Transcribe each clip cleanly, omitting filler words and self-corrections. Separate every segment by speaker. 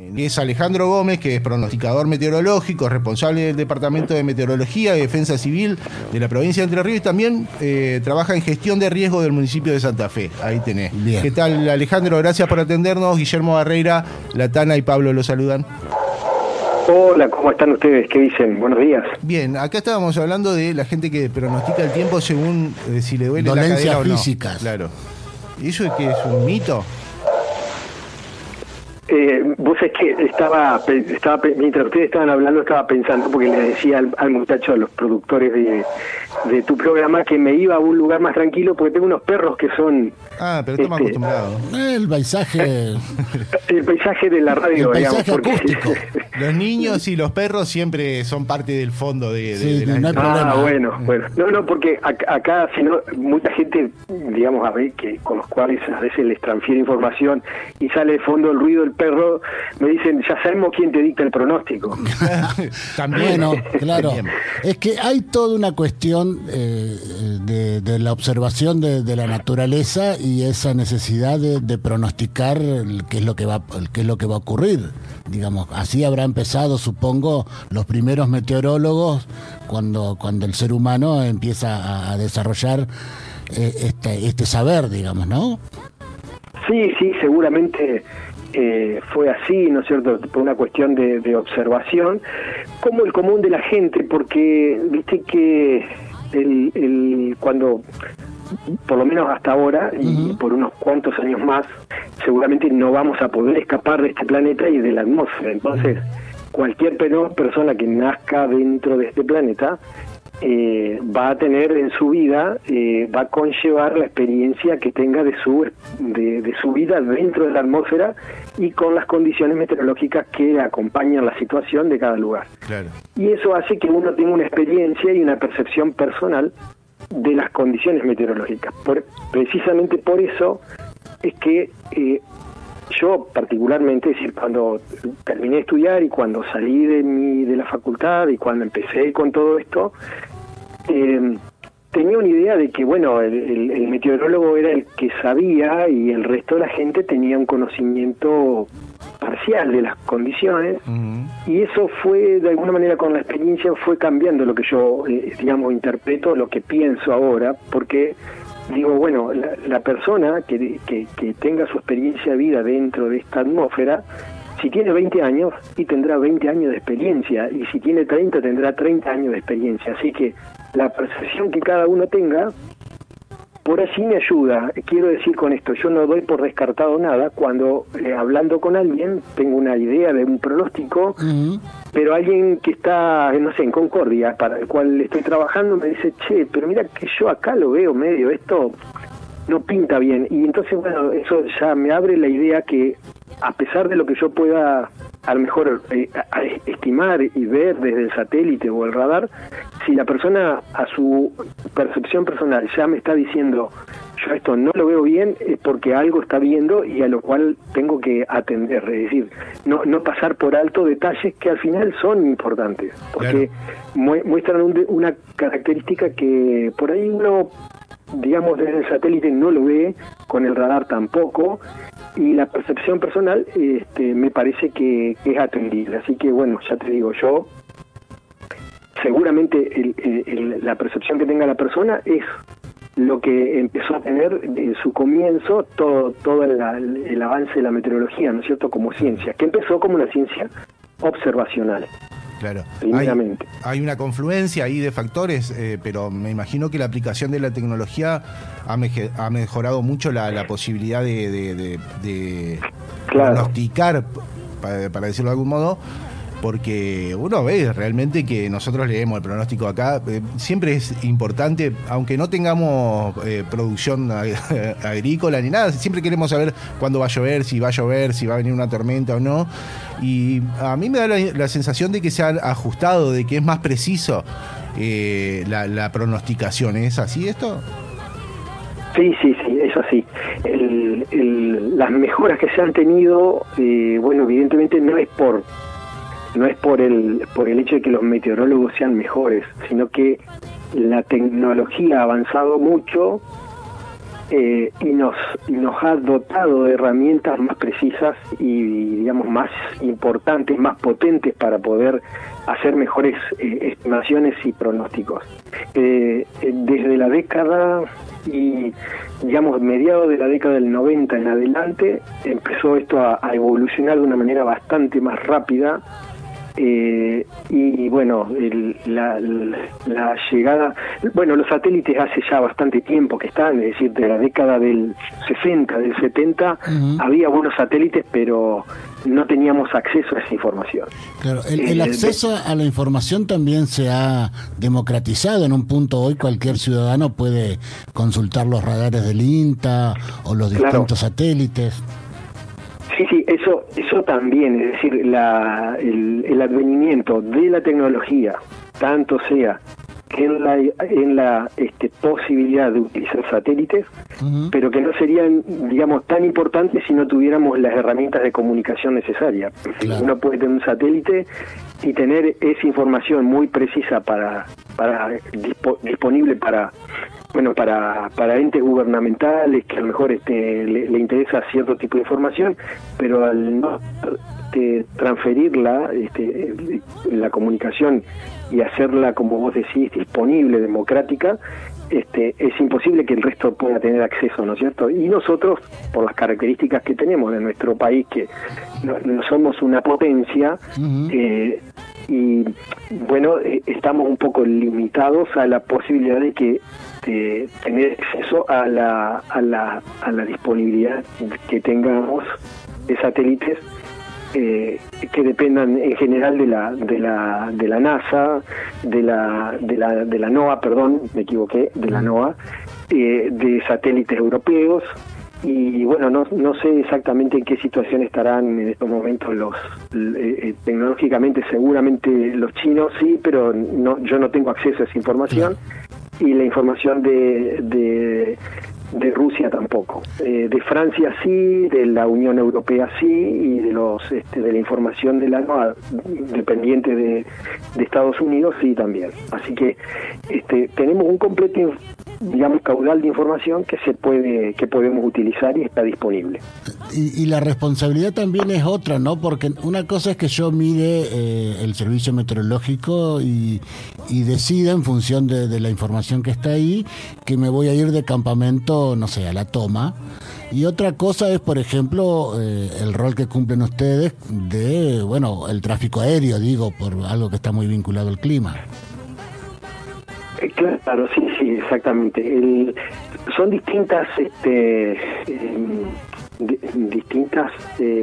Speaker 1: Es Alejandro Gómez, que es pronosticador meteorológico, responsable del Departamento de Meteorología y Defensa Civil de la provincia de Entre Ríos, y también trabaja en gestión de riesgo del municipio de Santa Fe. Ahí tenés.
Speaker 2: Bien.
Speaker 1: ¿Qué tal, Alejandro? Gracias por atendernos. Guillermo Barreira, Latana y Pablo lo saludan.
Speaker 3: Hola, ¿cómo están ustedes? ¿Qué dicen? Buenos días.
Speaker 1: Bien, acá estábamos hablando de la gente que pronostica el tiempo según si le duele la cadera o no.
Speaker 2: Físicas.
Speaker 1: Claro. ¿Y eso es que es un mito?
Speaker 3: Vos es que estaba mientras ustedes estaban hablando, estaba pensando, porque le decía al muchacho, a los productores de tu programa, que me iba a un lugar más tranquilo, porque tengo unos perros que son...
Speaker 1: Ah, pero estamos acostumbrados.
Speaker 2: El paisaje...
Speaker 3: El paisaje de la radio,
Speaker 2: el paisaje acústico.
Speaker 1: Los niños y los perros siempre son parte del fondo de la...
Speaker 2: No hay problema.
Speaker 3: Bueno. No, porque acá, si no, mucha gente, digamos, a ver, que con los cuales a veces les transfiero información y sale de fondo el ruido del perro, me dicen, ya sabemos quién te dicta el pronóstico.
Speaker 1: También.
Speaker 2: Bueno, claro.
Speaker 1: Bien.
Speaker 2: Es que hay toda una cuestión de la observación de la naturaleza y esa necesidad de pronosticar qué es lo que va a ocurrir. Digamos, así habrá empezado, supongo, los primeros meteorólogos cuando el ser humano empieza a desarrollar este saber, digamos, ¿no?
Speaker 3: Sí, seguramente fue así, ¿no es cierto?, por una cuestión de observación, como el común de la gente, porque viste que cuando, por lo menos hasta ahora, y por unos cuantos años más, seguramente no vamos a poder escapar de este planeta y de la atmósfera. Entonces, cualquier persona que nazca dentro de este planeta va a tener en su vida, va a conllevar la experiencia que tenga de su vida dentro de la atmósfera y con las condiciones meteorológicas que acompañan la situación de cada lugar.
Speaker 1: Claro.
Speaker 3: Y eso hace que uno tenga una experiencia y una percepción personal de las condiciones meteorológicas. Precisamente por eso es que yo particularmente, es decir, cuando terminé de estudiar y cuando salí de la facultad y cuando empecé con todo esto, tenía una idea de que, bueno, el meteorólogo era el que sabía y el resto de la gente tenía un conocimiento parcial de las condiciones. Y eso fue, de alguna manera, con la experiencia, fue cambiando lo que yo, digamos, interpreto, lo que pienso ahora, porque digo, bueno, la persona que tenga su experiencia de vida dentro de esta atmósfera, si tiene 20 años, y tendrá 20 años de experiencia, y si tiene 30, tendrá 30 años de experiencia. Así que la percepción que cada uno tenga, por allí me ayuda. Quiero decir con esto, yo no doy por descartado nada cuando hablando con alguien tengo una idea de un pronóstico, pero alguien que está, no sé, en Concordia, para el cual estoy trabajando, me dice, che, pero mira que yo acá lo veo medio, esto no pinta bien. Y entonces, bueno, eso ya me abre la idea que, a pesar de lo que yo pueda a lo mejor estimar y ver desde el satélite o el radar, si la persona a su percepción personal ya me está diciendo, yo esto no lo veo bien, es porque algo está viendo y a lo cual tengo que atender. Es decir, no pasar por alto detalles que al final son importantes, porque muestran una característica que por ahí uno, digamos, desde el satélite no lo ve, con el radar tampoco, y la percepción personal me parece que es atendible. Así que, bueno, ya te digo, yo seguramente la percepción que tenga la persona es lo que empezó a tener en su comienzo todo el avance de la meteorología, ¿no es cierto?, como ciencia, que empezó como una ciencia observacional.
Speaker 1: Claro.
Speaker 3: Primeramente.
Speaker 1: Hay una confluencia ahí de factores, pero me imagino que la aplicación de la tecnología ha mejorado mucho la posibilidad de pronosticar, para decirlo de algún modo, porque uno ve realmente que nosotros leemos el pronóstico acá, siempre es importante, aunque no tengamos producción agrícola ni nada, siempre queremos saber cuándo va a llover, si va a venir una tormenta o no, y a mí me da la sensación de que se ha ajustado, de que es más preciso la pronosticación. ¿Es así esto?
Speaker 3: Sí, es así. Las mejoras que se han tenido, bueno, evidentemente no es por el hecho de que los meteorólogos sean mejores, sino que la tecnología ha avanzado mucho y nos ha dotado de herramientas más precisas y, digamos, más importantes, más potentes para poder hacer mejores estimaciones y pronósticos. Desde la década y, digamos, mediados de la década del 90 en adelante, empezó esto a evolucionar de una manera bastante más rápida. Y bueno, la llegada, bueno, los satélites hace ya bastante tiempo que están, es decir, de la década del 60, del 70, había buenos satélites, pero no teníamos acceso a esa información.
Speaker 2: Claro, el acceso a la información también se ha democratizado. En un punto hoy cualquier ciudadano puede consultar los radares del INTA o los distintos satélites.
Speaker 3: Sí, eso también, es decir, el advenimiento de la tecnología, tanto sea en la posibilidad de utilizar satélites, pero que no serían, digamos, tan importantes si no tuviéramos las herramientas de comunicación necesarias. Claro. Uno puede tener un satélite y tener esa información muy precisa disponible para entes gubernamentales que a lo mejor le interesa cierto tipo de información, pero al no transferirla, la comunicación y hacerla, como vos decís, disponible, democrática, es imposible que el resto pueda tener acceso, ¿no es cierto? Y nosotros, por las características que tenemos de nuestro país, que no somos una potencia, y bueno, estamos un poco limitados a la posibilidad de tener acceso a la disponibilidad que tengamos de satélites que dependan en general de la NASA, de la NOAA, perdón, me equivoqué, de la NOAA, de satélites europeos. Y bueno, no sé exactamente en qué situación estarán en estos momentos tecnológicamente, seguramente los chinos sí, pero yo no tengo acceso a esa información. Y la información de Rusia tampoco. De Francia sí, de la Unión Europea sí, y de la información de la NOAA dependiente de Estados Unidos sí también. Así que tenemos un completo, digamos, caudal de información que podemos utilizar y está disponible.
Speaker 2: Y la responsabilidad también es otra, ¿no? Porque una cosa es que yo mire el servicio meteorológico y decida en función de la información que está ahí que me voy a ir de campamento, no sé, a La Toma. Y otra cosa es, por ejemplo, el rol que cumplen ustedes de, bueno, el tráfico aéreo, digo, por algo que está muy vinculado al clima.
Speaker 3: Claro, sí, exactamente. Son distintas, distintas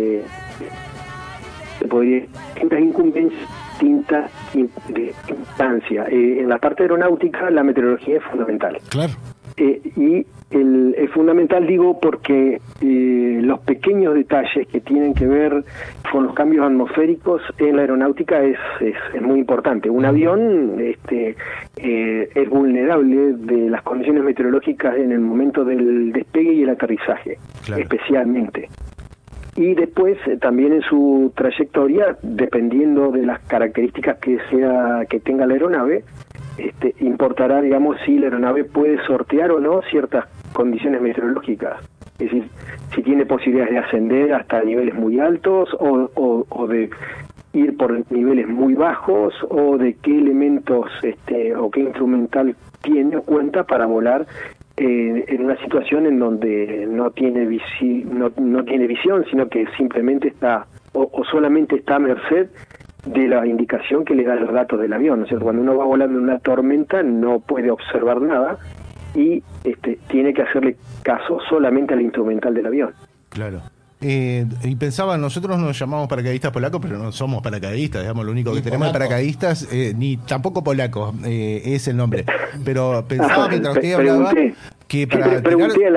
Speaker 3: incumbencias, distintas instancias. En la parte aeronáutica la meteorología es fundamental.
Speaker 2: Claro.
Speaker 3: Y es fundamental, digo, porque los pequeños detalles que tienen que ver con los cambios atmosféricos en la aeronáutica es muy importante. Un avión es vulnerable de las condiciones meteorológicas en el momento del despegue y el aterrizaje, claro, especialmente. Y después también en su trayectoria, dependiendo de las características que tenga la aeronave, importará, digamos, si la aeronave puede sortear o no ciertas condiciones meteorológicas. Es decir, si tiene posibilidades de ascender hasta niveles muy altos o de ir por niveles muy bajos, o de qué elementos o qué instrumental tiene o cuenta para volar en una situación en donde no tiene visión, sino que simplemente está o solamente está a merced de la indicación que le da los datos del avión, ¿no es cierto? Cuando uno va volando en una tormenta no puede observar nada y tiene que hacerle caso solamente al instrumental del avión.
Speaker 1: Claro. Y pensaba, nosotros nos llamamos paracaidistas polacos, pero no somos paracaidistas, digamos, lo único que tenemos de paracaidistas, ni tampoco polacos, es el nombre. Pero pensaba mientras usted hablaba que para
Speaker 3: pregunté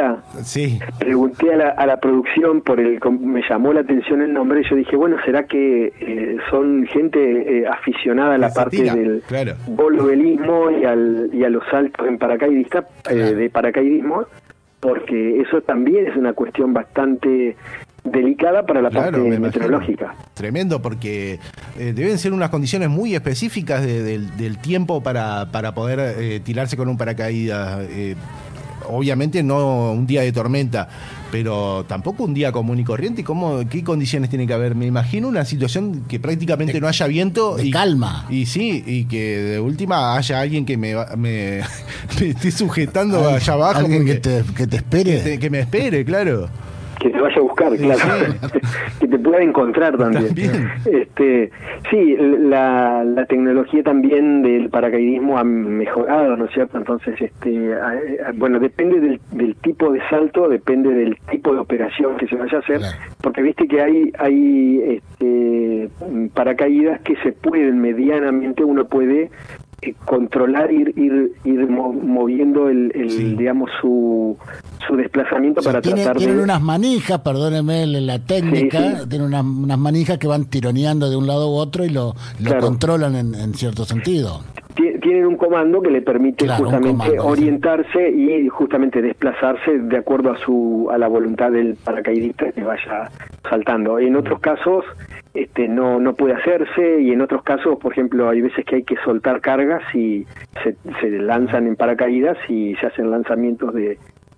Speaker 3: a la producción me llamó la atención el nombre, y yo dije, bueno, ¿será que son gente aficionada a la parte del volovelismo y a los saltos en paracaidista, de paracaidismo? Porque eso también es una cuestión bastante delicada para la parte meteorológica.
Speaker 1: Tremendo, porque deben ser unas condiciones muy específicas del tiempo para poder tirarse con un paracaídas. obviamente no un día de tormenta, pero tampoco un día común y corriente. ¿Qué condiciones tiene que haber? Me imagino una situación que prácticamente no haya viento.
Speaker 2: De calma.
Speaker 1: Y sí, y que de última haya alguien que me esté sujetando allá abajo.
Speaker 2: Alguien que te espere.
Speaker 1: Que me espere, claro.
Speaker 3: Que te vaya a buscar, claro. Que te pueda encontrar también. Sí, la tecnología también del paracaidismo ha mejorado, ¿no es cierto? Entonces, bueno, depende del tipo de salto, depende del tipo de operación que se vaya a hacer, claro. Porque viste que hay paracaídas que se pueden medianamente, uno puede controlar, ir moviendo
Speaker 1: sí.
Speaker 3: digamos su desplazamiento, o sea, para tratar
Speaker 2: tienen unas manijas, perdóneme la técnica, sí. Tienen unas manijas que van tironeando de un lado u otro y lo claro. Controlan en cierto sentido.
Speaker 3: Tienen un comando que le permite, claro, justamente orientarse, ¿sí? Y justamente desplazarse de acuerdo a la voluntad del paracaidista que vaya saltando. En otros casos no puede hacerse, y en otros casos, por ejemplo, hay veces que hay que soltar cargas y se lanzan en paracaídas y se hacen lanzamientos de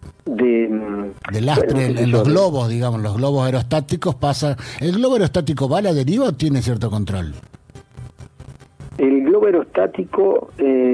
Speaker 2: lastre, en los globos, digamos, los globos aerostáticos pasa. ¿El globo aerostático va a la deriva o tiene cierto control?
Speaker 3: El globo aerostático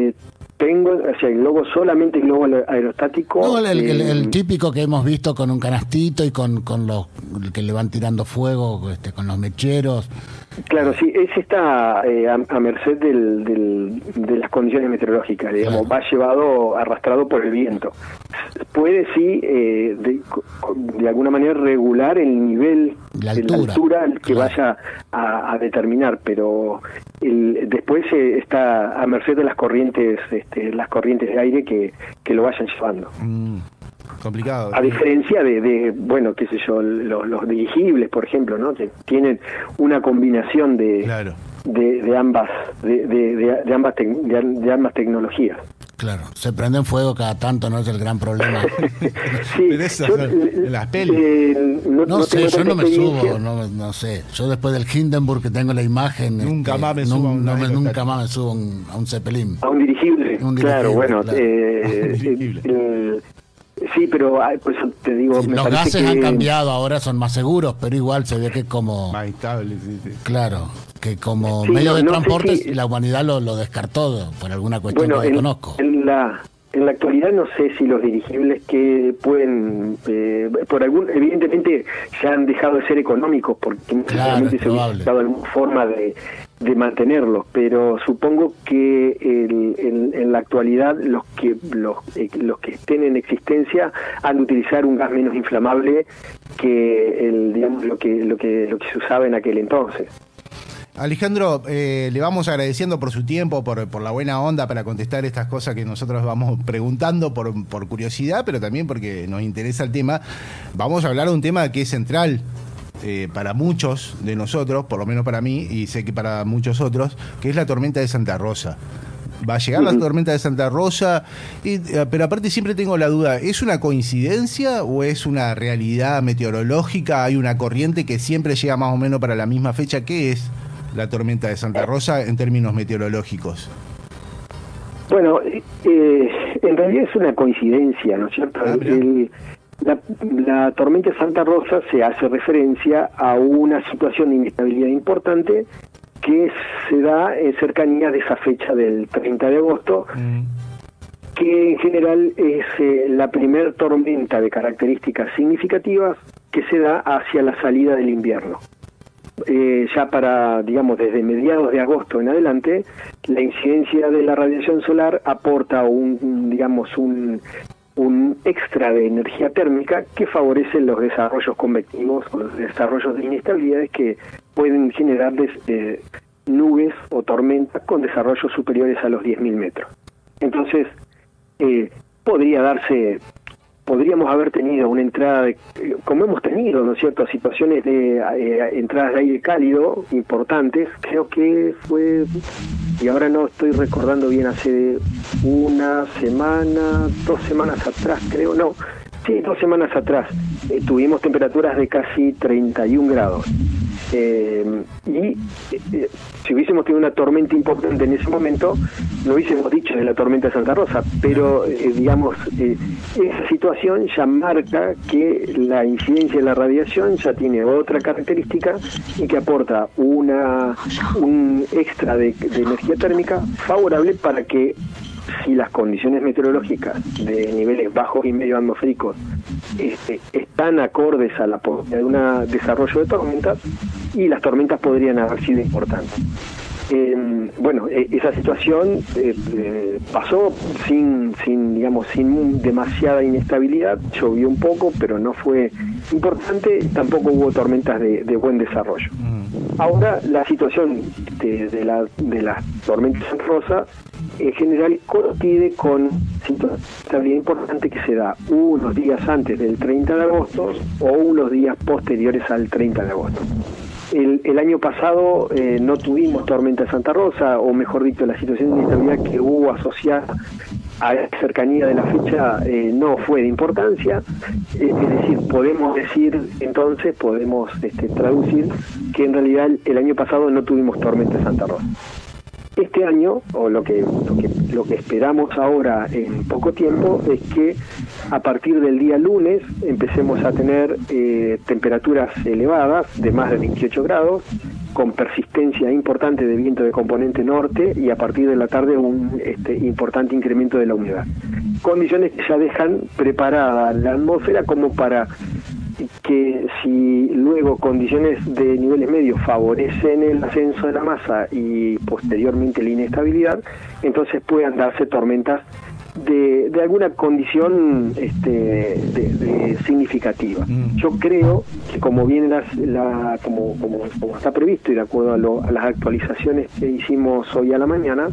Speaker 3: solamente el globo aerostático.
Speaker 2: No, el típico que hemos visto con un canastito y con los que le van tirando fuego, con los mecheros.
Speaker 3: Claro, sí, ese está a merced de las condiciones meteorológicas, digamos, claro. Va arrastrado por el viento. Puede, sí, de alguna manera regular el nivel, la altura que claro. Vaya a determinar, pero después está a merced de las corrientes de aire que lo vayan llevando.
Speaker 1: Complicado.
Speaker 3: A diferencia de bueno, qué sé yo, los dirigibles, por ejemplo, ¿no? Que tienen una combinación
Speaker 1: claro.
Speaker 3: de ambas tecnologías.
Speaker 2: Claro, se prenden fuego cada tanto, no es el gran problema.
Speaker 3: Sí,
Speaker 1: pero esas son las pelis.
Speaker 2: No sé, yo no me subo, no sé. Yo después del Hindenburg, que tengo la imagen,
Speaker 1: nunca más me subo
Speaker 2: nunca más me subo a un Zeppelin.
Speaker 3: A un dirigible. Claro, bueno,
Speaker 2: claro.
Speaker 3: Sí, pero pues te digo,
Speaker 2: sí, los gases han cambiado, ahora son más seguros, pero igual se ve que como
Speaker 1: más estable, sí.
Speaker 2: Claro, que como medio de transporte la humanidad lo descartó por alguna cuestión que desconozco.
Speaker 3: En la actualidad no sé si los dirigibles que pueden, evidentemente ya han dejado de ser económicos porque necesariamente se ha buscado alguna forma de mantenerlos, pero supongo que en la actualidad los que estén en existencia han de utilizar un gas menos inflamable que digamos lo que se usaba en aquel entonces.
Speaker 1: Alejandro, le vamos agradeciendo por su tiempo, por la buena onda para contestar estas cosas que nosotros vamos preguntando por curiosidad, pero también porque nos interesa el tema. Vamos a hablar de un tema que es central para muchos de nosotros, por lo menos para mí, y sé que para muchos otros, que es la tormenta de Santa Rosa. Va a llegar la tormenta de Santa Rosa, pero aparte siempre tengo la duda, ¿es una coincidencia o es una realidad meteorológica? ¿Hay una corriente que siempre llega más o menos para la misma fecha? ¿Qué es la tormenta de Santa Rosa en términos meteorológicos?
Speaker 3: Bueno, en realidad es una coincidencia, ¿no es cierto? La tormenta de Santa Rosa se hace referencia a una situación de inestabilidad importante que se da en cercanía de esa fecha del 30 de agosto, que en general es la primer tormenta de características significativas que se da hacia la salida del invierno. Ya para, digamos, desde mediados de agosto en adelante, la incidencia de la radiación solar aporta un extra de energía térmica que favorece los desarrollos convectivos o los desarrollos de inestabilidades que pueden generar nubes o tormentas con desarrollos superiores a los 10.000 metros. Entonces, podríamos haber tenido una entrada, como hemos tenido, ¿no es cierto?, situaciones de entradas de aire cálido importantes. Creo que fue, y ahora no estoy recordando bien, hace 2 semanas atrás, creo, no, sí, 2 semanas atrás, tuvimos temperaturas de casi 31 grados. Y si hubiésemos tenido una tormenta importante en ese momento, no hubiésemos dicho de la tormenta de Santa Rosa, pero esa situación ya marca que la incidencia de la radiación ya tiene otra característica y que aporta un extra de energía térmica favorable para que, si las condiciones meteorológicas de niveles bajos y medio atmosféricos están acordes a la posibilidad de un desarrollo de tormentas, y las tormentas podrían haber sido importantes. Esa situación pasó sin demasiada inestabilidad. Llovió un poco, pero no fue importante. Tampoco hubo tormentas de buen desarrollo. Ahora, la situación de las tormentas en rosa en general coincide con situación importante que se da unos días antes del 30 de agosto o unos días posteriores al 30 de agosto. El año pasado no tuvimos tormenta de Santa Rosa, o mejor dicho, la situación de inestabilidad que hubo asociada a la cercanía de la fecha no fue de importancia. Es decir, podemos traducir que en realidad el año pasado no tuvimos tormenta de Santa Rosa. Este año, o lo que esperamos ahora en poco tiempo, es que a partir del día lunes empecemos a tener temperaturas elevadas de más de 28 grados, con persistencia importante de viento de componente norte, y a partir de la tarde un importante incremento de la humedad. Condiciones que ya dejan preparada la atmósfera como para que, si luego condiciones de niveles medios favorecen el ascenso de la masa y posteriormente la inestabilidad, entonces puedan darse tormentas de alguna condición significativa. Yo creo que, como viene como está previsto y de acuerdo a las actualizaciones que hicimos hoy a la mañana,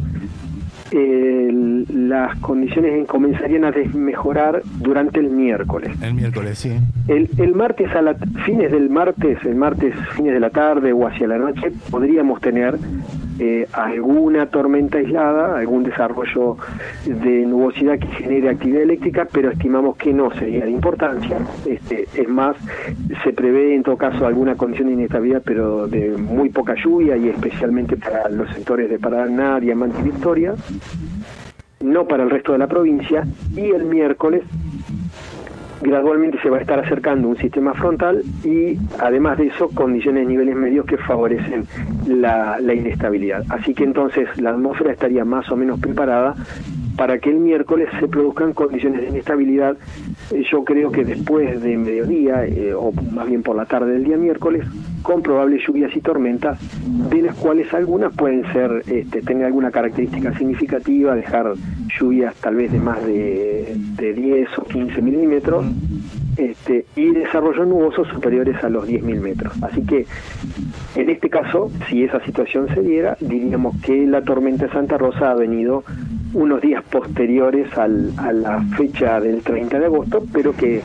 Speaker 3: las condiciones comenzarían a desmejorar durante el miércoles.
Speaker 1: El miércoles, sí.
Speaker 3: El martes, fines de la tarde o hacia la noche, podríamos tener alguna tormenta aislada, algún desarrollo de nubosidad que genere actividad eléctrica, pero estimamos que no sería de importancia. Es más, se prevé en todo caso alguna condición de inestabilidad, pero de muy poca lluvia, y especialmente para los sectores de Paraná, Diamante y Victoria, no para el resto de la provincia. Y el miércoles gradualmente se va a estar acercando un sistema frontal, y además de eso condiciones de niveles medios que favorecen la inestabilidad. Así que entonces la atmósfera estaría más o menos preparada para que el miércoles se produzcan condiciones de inestabilidad. Yo creo que después de mediodía, o más bien por la tarde del día miércoles, con probables lluvias y tormentas, de las cuales algunas pueden ser, tener alguna característica significativa, dejar lluvias tal vez de más de 10 o 15 milímetros, y desarrollos nubosos superiores a los 10.000 metros. Así que, en este caso, si esa situación se diera, diríamos que la tormenta de Santa Rosa ha venido unos días posteriores a la fecha del 30 de agosto, pero que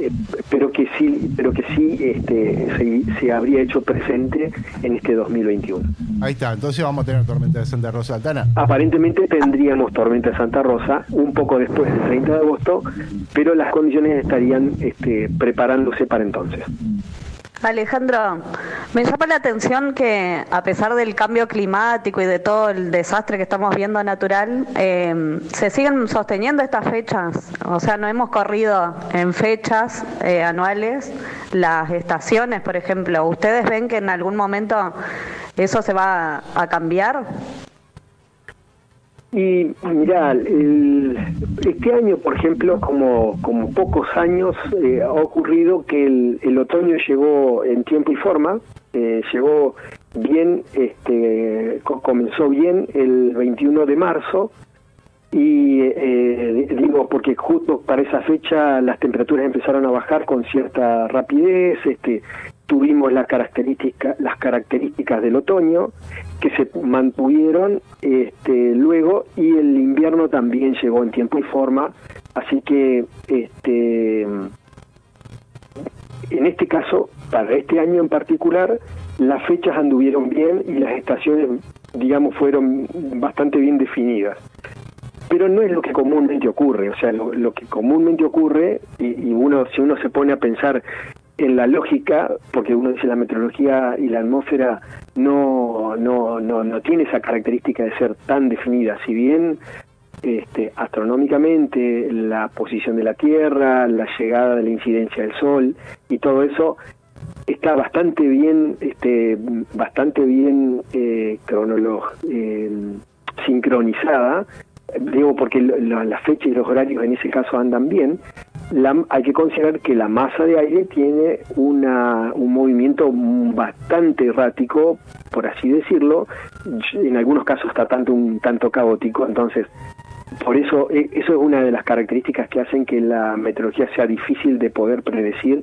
Speaker 3: sí se habría hecho presente en este 2021.
Speaker 1: Ahí está, entonces vamos a tener tormenta de Santa Rosa, Tana.
Speaker 3: Aparentemente tendríamos tormenta de Santa Rosa un poco después del 30 de agosto, pero las condiciones estarían preparándose para entonces.
Speaker 4: Alejandro, me llama la atención que, a pesar del cambio climático y de todo el desastre que estamos viendo natural, se siguen sosteniendo estas fechas. O sea, no hemos corrido en fechas anuales las estaciones, por ejemplo. ¿Ustedes ven que en algún momento eso se va a cambiar?
Speaker 3: Y mirá, este año, por ejemplo, como pocos años, ha ocurrido que el otoño llegó en tiempo y forma, llegó bien, comenzó bien el 21 de marzo, y digo porque justo para esa fecha las temperaturas empezaron a bajar con cierta rapidez. Tuvimos las características del otoño que se mantuvieron luego, y el invierno también llegó en tiempo y forma. Así que en este caso, para este año en particular, las fechas anduvieron bien y las estaciones, digamos, fueron bastante bien definidas. Pero no es lo que comúnmente ocurre. O sea, lo que comúnmente ocurre, y si uno se pone a pensar en la lógica, porque uno dice la meteorología y la atmósfera no no tiene esa característica de ser tan definida. Si bien astronómicamente la posición de la Tierra, la llegada de la incidencia del Sol y todo eso está bastante bien sincronizada, digo porque las fechas y los horarios en ese caso andan bien. Hay que considerar que la masa de aire tiene un movimiento bastante errático, por así decirlo, en algunos casos está un tanto caótico. Entonces, por eso es una de las características que hacen que la meteorología sea difícil de poder predecir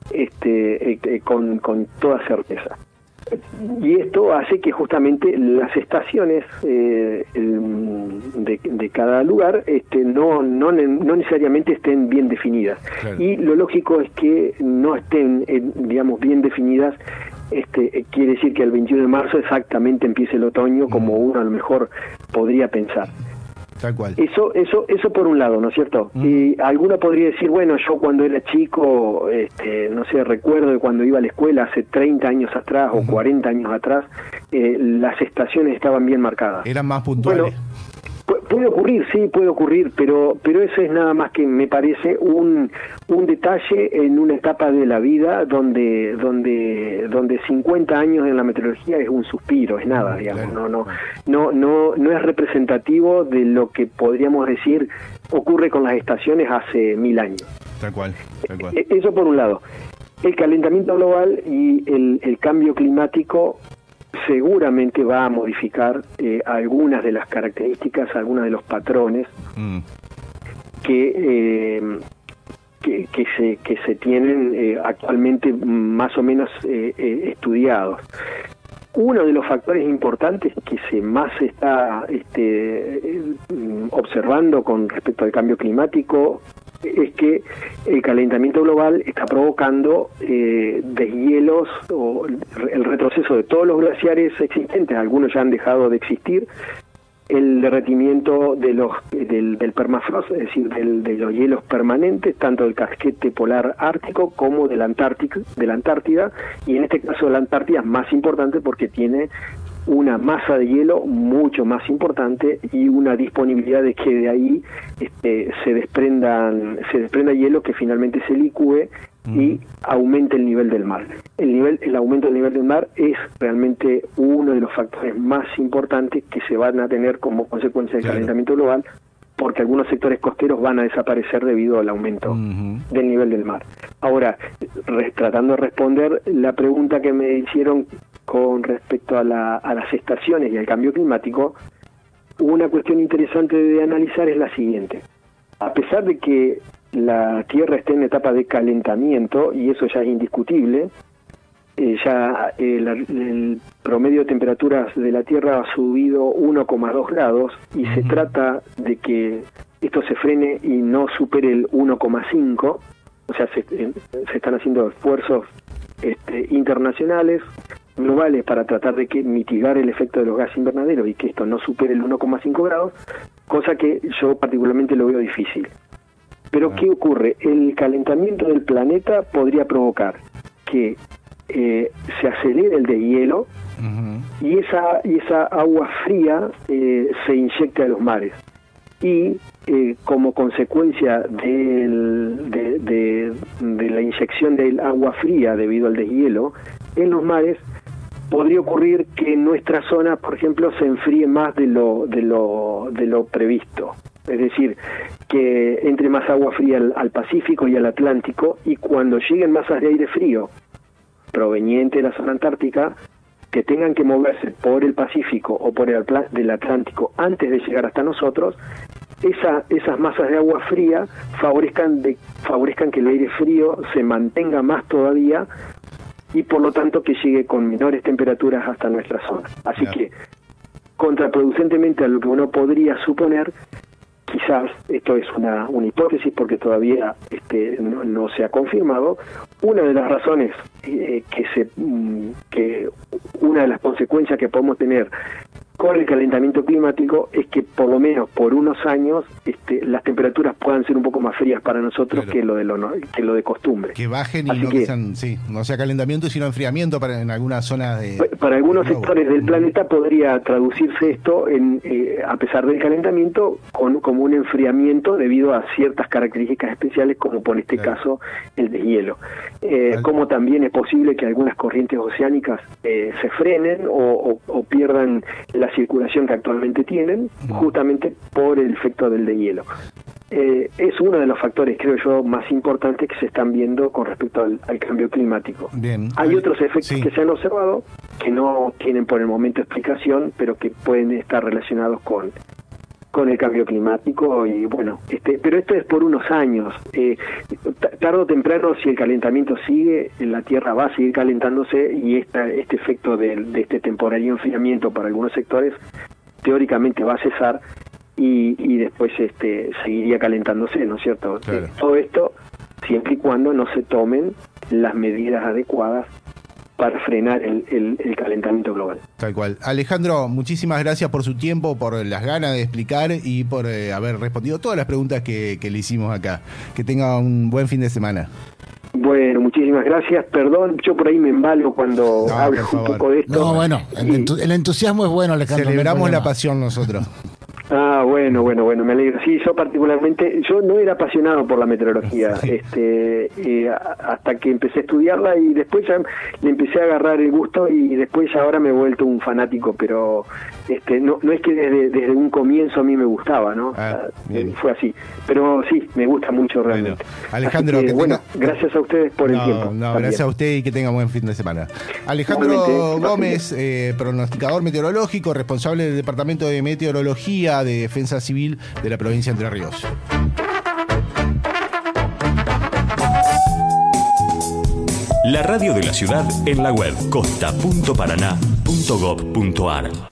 Speaker 3: con toda certeza. Y esto hace que justamente las estaciones de cada lugar no necesariamente estén bien definidas. Claro. Y lo lógico es que no estén, digamos, bien definidas. Quiere decir que el 21 de marzo exactamente empiece el otoño, como uno a lo mejor podría pensar.
Speaker 1: Tal cual.
Speaker 3: Eso por un lado, ¿no es cierto? Y alguno podría decir, bueno, yo cuando era chico, no sé, recuerdo de cuando iba a la escuela hace 30 años atrás o 40 años atrás, las estaciones estaban bien marcadas.
Speaker 1: Eran más puntuales.
Speaker 3: Bueno, puede ocurrir, sí, puede ocurrir, pero eso es nada más que, me parece, un detalle en una etapa de la vida donde 50 años en la meteorología es un suspiro, es nada, digamos. Claro. No es representativo de lo que podríamos decir ocurre con las estaciones hace 1000 años.
Speaker 1: Tal cual.
Speaker 3: Eso por un lado. El calentamiento global y el cambio climático seguramente va a modificar algunas de las características, algunos de los patrones que se tienen actualmente más o menos estudiados. Uno de los factores importantes que más se está observando con respecto al cambio climático es que el calentamiento global está provocando deshielos o el retroceso de todos los glaciares existentes. Algunos ya han dejado de existir, el derretimiento del permafrost, es decir, de los hielos permanentes, tanto del casquete polar ártico como de la Antártida, y en este caso la Antártida es más importante porque tiene una masa de hielo mucho más importante y una disponibilidad de que de ahí se desprenda hielo que finalmente se licúe y aumente el nivel del mar. El aumento del nivel del mar es realmente uno de los factores más importantes que se van a tener como consecuencia del calentamiento global, porque algunos sectores costeros van a desaparecer debido al aumento del nivel del mar. Ahora, tratando de responder la pregunta que me hicieron con respecto a las estaciones y al cambio climático, una cuestión interesante de analizar es la siguiente. A pesar de que la Tierra esté en etapa de calentamiento, y eso ya es indiscutible, el promedio de temperaturas de la Tierra ha subido 1,2 grados y se trata de que esto se frene y no supere el 1,5, o sea, se están haciendo esfuerzos internacionales, globales, para tratar de mitigar el efecto de los gases invernaderos y que esto no supere el 1,5 grados, cosa que yo particularmente lo veo difícil. Pero ¿qué ocurre? El calentamiento del planeta podría provocar que se acelere el deshielo y esa agua fría se inyecte a los mares. Y como consecuencia de la inyección del agua fría debido al deshielo en los mares, podría ocurrir que en nuestra zona, por ejemplo, se enfríe más de lo previsto. Es decir, que entre más agua fría al Pacífico y al Atlántico, y cuando lleguen masas de aire frío proveniente de la zona antártica, que tengan que moverse por el Pacífico o por del Atlántico antes de llegar hasta nosotros, esas masas de agua fría favorezcan que el aire frío se mantenga más todavía y por lo tanto que llegue con menores temperaturas hasta nuestra zona. Así que, contraproducentemente a lo que uno podría suponer, quizás, esto es una hipótesis porque todavía no se ha confirmado, una de las razones que una de las consecuencias que podemos tener con el calentamiento climático es que por lo menos por unos años las temperaturas puedan ser un poco más frías para nosotros, claro, que lo de costumbre.
Speaker 1: Que bajen y no que sean, no sea calentamiento sino enfriamiento en algunas zonas
Speaker 3: para algunos sectores del planeta podría traducirse esto en a pesar del calentamiento como un enfriamiento debido a ciertas características especiales, como por este caso el deshielo. Como también es posible que algunas corrientes oceánicas se frenen o pierdan la circulación que actualmente tienen, justamente por el efecto del deshielo. Es uno de los factores, creo yo, más importantes que se están viendo con respecto al cambio climático.
Speaker 1: Bien.
Speaker 3: Hay otros efectos que se han observado que no tienen por el momento explicación, pero que pueden estar relacionados con el cambio climático, y bueno, pero esto es por unos años. Tarde o temprano, si el calentamiento sigue, la Tierra va a seguir calentándose, y este efecto de este temporario enfriamiento para algunos sectores teóricamente va a cesar, y después seguiría calentándose, ¿no es cierto? Claro. Todo esto siempre y cuando no se tomen las medidas adecuadas para frenar el calentamiento global.
Speaker 1: Tal cual. Alejandro, muchísimas gracias por su tiempo, por las ganas de explicar y por haber respondido todas las preguntas que le hicimos acá. Que tenga un buen fin de semana.
Speaker 3: Bueno, muchísimas gracias. Perdón, yo por ahí me embalo cuando hablo un poco de esto.
Speaker 2: No, bueno, el entusiasmo es bueno, Alejandro.
Speaker 1: Celebramos la pasión nosotros.
Speaker 3: Bueno, me alegro. Sí, yo particularmente, yo no era apasionado por la meteorología, sí. Hasta que empecé a estudiarla, y después ya le empecé a agarrar el gusto, y después ya ahora me he vuelto un fanático, pero no es que desde un comienzo a mí me gustaba, ¿no? Fue así, pero sí, me gusta mucho realmente.
Speaker 1: Bueno, Alejandro,
Speaker 3: gracias a ustedes por el tiempo.
Speaker 1: Gracias a usted, y que tenga buen fin de semana. Alejandro Gómez, pronosticador meteorológico, responsable del Departamento de Meteorología de Defensa Civil de la provincia de Entre Ríos.
Speaker 5: La radio de la ciudad en la web costa.paraná.gov.ar